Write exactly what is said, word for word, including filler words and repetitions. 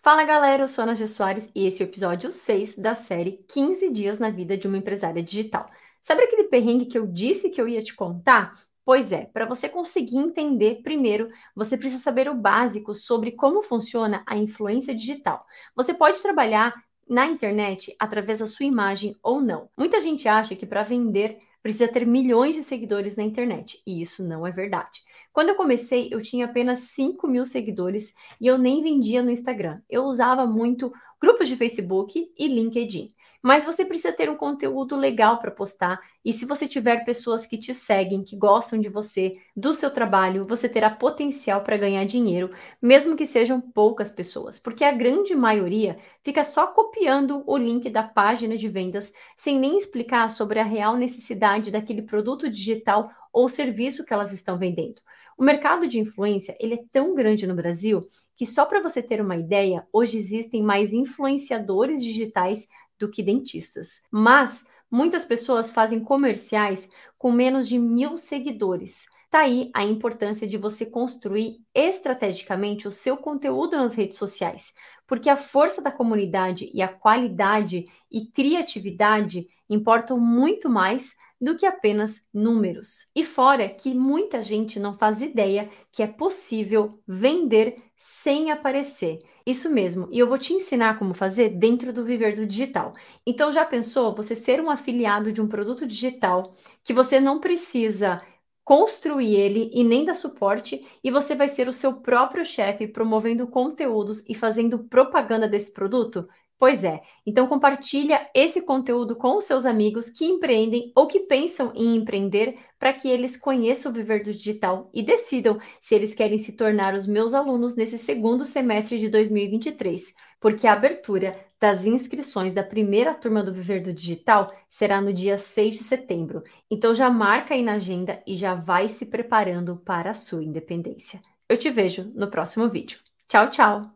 Fala galera, eu sou Ana G. Soares e esse é o episódio seis da série quinze dias na vida de uma empresária digital. Sabe aquele perrengue que eu disse que eu ia te contar? Pois é, para você conseguir entender primeiro, você precisa saber o básico sobre como funciona a influência digital. Você pode trabalhar na internet através da sua imagem ou não. Muita gente acha que para vender precisa ter milhões de seguidores na internet, e isso não é verdade. Quando eu comecei, eu tinha apenas cinco mil seguidores e eu nem vendia no Instagram. Eu usava muito grupos de Facebook e LinkedIn. Mas você precisa ter um conteúdo legal para postar. E se você tiver pessoas que te seguem, que gostam de você, do seu trabalho, você terá potencial para ganhar dinheiro, mesmo que sejam poucas pessoas, porque a grande maioria fica só copiando o link da página de vendas, sem nem explicar sobre a real necessidade daquele produto digital ou serviço que elas estão vendendo. O mercado de influência, ele é tão grande no Brasil que só para você ter uma ideia, hoje existem mais influenciadores digitais do que dentistas. Mas muitas pessoas fazem comerciais com menos de mil seguidores. Tá aí a importância de você construir estrategicamente o seu conteúdo nas redes sociais, porque a força da comunidade e a qualidade e criatividade importam muito mais do que apenas números. E fora que muita gente não faz ideia que é possível vender sem aparecer. Isso mesmo, e eu vou te ensinar como fazer dentro do Viver do Digital. Então, já pensou você ser um afiliado de um produto digital que você não precisa construir ele e nem dar suporte, e você vai ser o seu próprio chefe promovendo conteúdos e fazendo propaganda desse produto? Pois é, então compartilha esse conteúdo com os seus amigos que empreendem ou que pensam em empreender para que eles conheçam o Viver do Digital e decidam se eles querem se tornar os meus alunos nesse segundo semestre de dois mil e vinte e três, porque a abertura das inscrições da primeira turma do Viver do Digital será no dia seis de setembro. Então já marca aí na agenda e já vai se preparando para a sua independência. Eu te vejo no próximo vídeo. Tchau, tchau!